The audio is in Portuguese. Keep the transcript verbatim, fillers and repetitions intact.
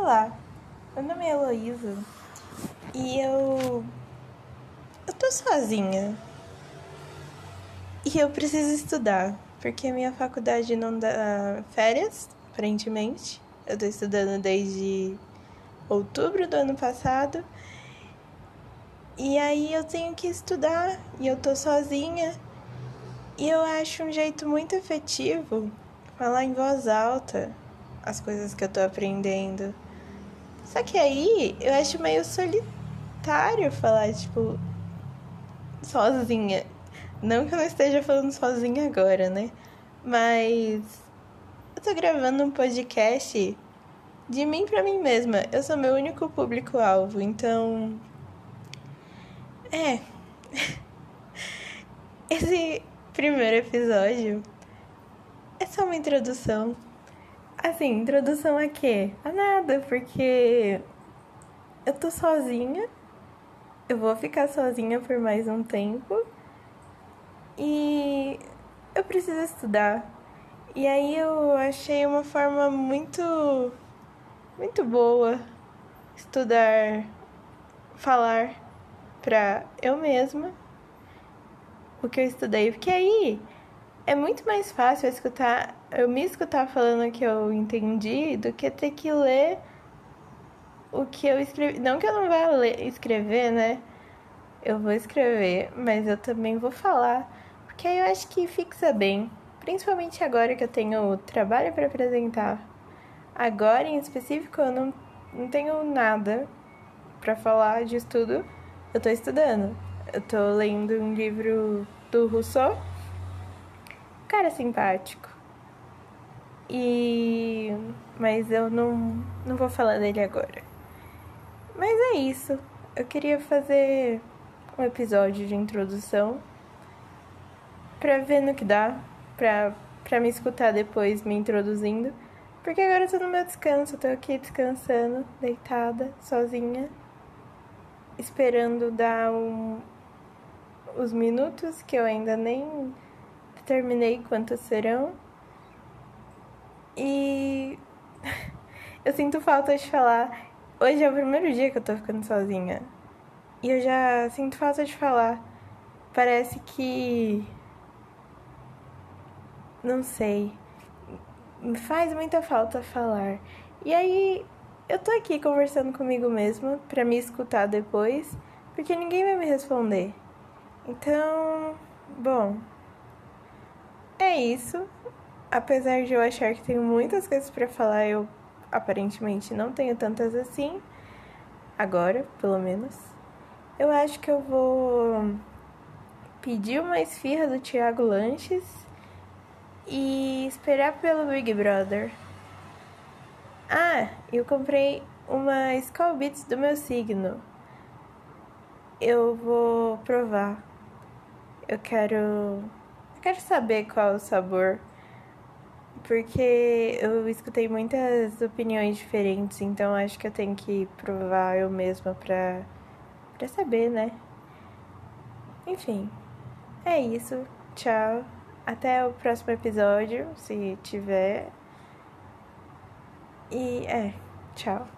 Olá, meu nome é Heloísa e eu. Eu tô sozinha e eu preciso estudar, porque a minha faculdade não dá férias, aparentemente. Eu tô estudando desde outubro do ano passado e aí eu tenho que estudar e eu tô sozinha e eu acho um jeito muito efetivo falar em voz alta as coisas que eu tô aprendendo. Só que aí eu acho meio solitário falar, tipo, sozinha. Não que eu não esteja falando sozinha agora, né? Mas eu tô gravando um podcast de mim pra mim mesma. Eu sou meu único público-alvo, então. É. Esse primeiro episódio é só uma introdução. Assim, introdução a quê? A nada, porque eu tô sozinha. Eu vou ficar sozinha por mais um tempo. E eu preciso estudar. E aí eu achei uma forma muito, muito boa estudar, falar pra eu mesma o que eu estudei. Porque aí é muito mais fácil eu escutar, eu me escutar falando o que eu entendi do que ter que ler o que eu escrevi. Não que eu não vá ler, escrever, né? Eu vou escrever, mas eu também vou falar. Porque aí eu acho que fixa bem. Principalmente agora que eu tenho trabalho para apresentar. Agora, em específico, eu não, não tenho nada para falar de estudo. Eu tô estudando. Eu tô lendo um livro do Rousseau. Cara simpático. E... Mas eu não, não vou falar dele agora. Mas é isso. Eu queria fazer um episódio de introdução pra ver no que dá, pra, pra me escutar depois me introduzindo. Porque agora eu tô no meu descanso, eu tô aqui descansando, deitada, sozinha, esperando dar um, os minutos que eu ainda nem determinei quantos serão. E eu sinto falta de falar. Hoje é o primeiro dia que eu tô ficando sozinha. E eu já sinto falta de falar. Parece que... Não sei. Me faz muita falta falar. E aí, eu tô aqui conversando comigo mesma pra me escutar depois, porque ninguém vai me responder. Então, bom, é isso. Apesar de eu achar que tenho muitas coisas pra falar, eu aparentemente não tenho tantas assim. Agora, pelo menos. Eu acho que eu vou pedir uma esfirra do Thiago Lanches e esperar pelo Big Brother. Ah, eu comprei uma Skol Beats do meu signo. Eu vou provar. Eu quero... Eu quero saber qual é o sabor. Porque eu escutei muitas opiniões diferentes, então acho que eu tenho que provar eu mesma pra, pra saber, né? Enfim, é isso. Tchau. Até o próximo episódio, se tiver. E é, tchau.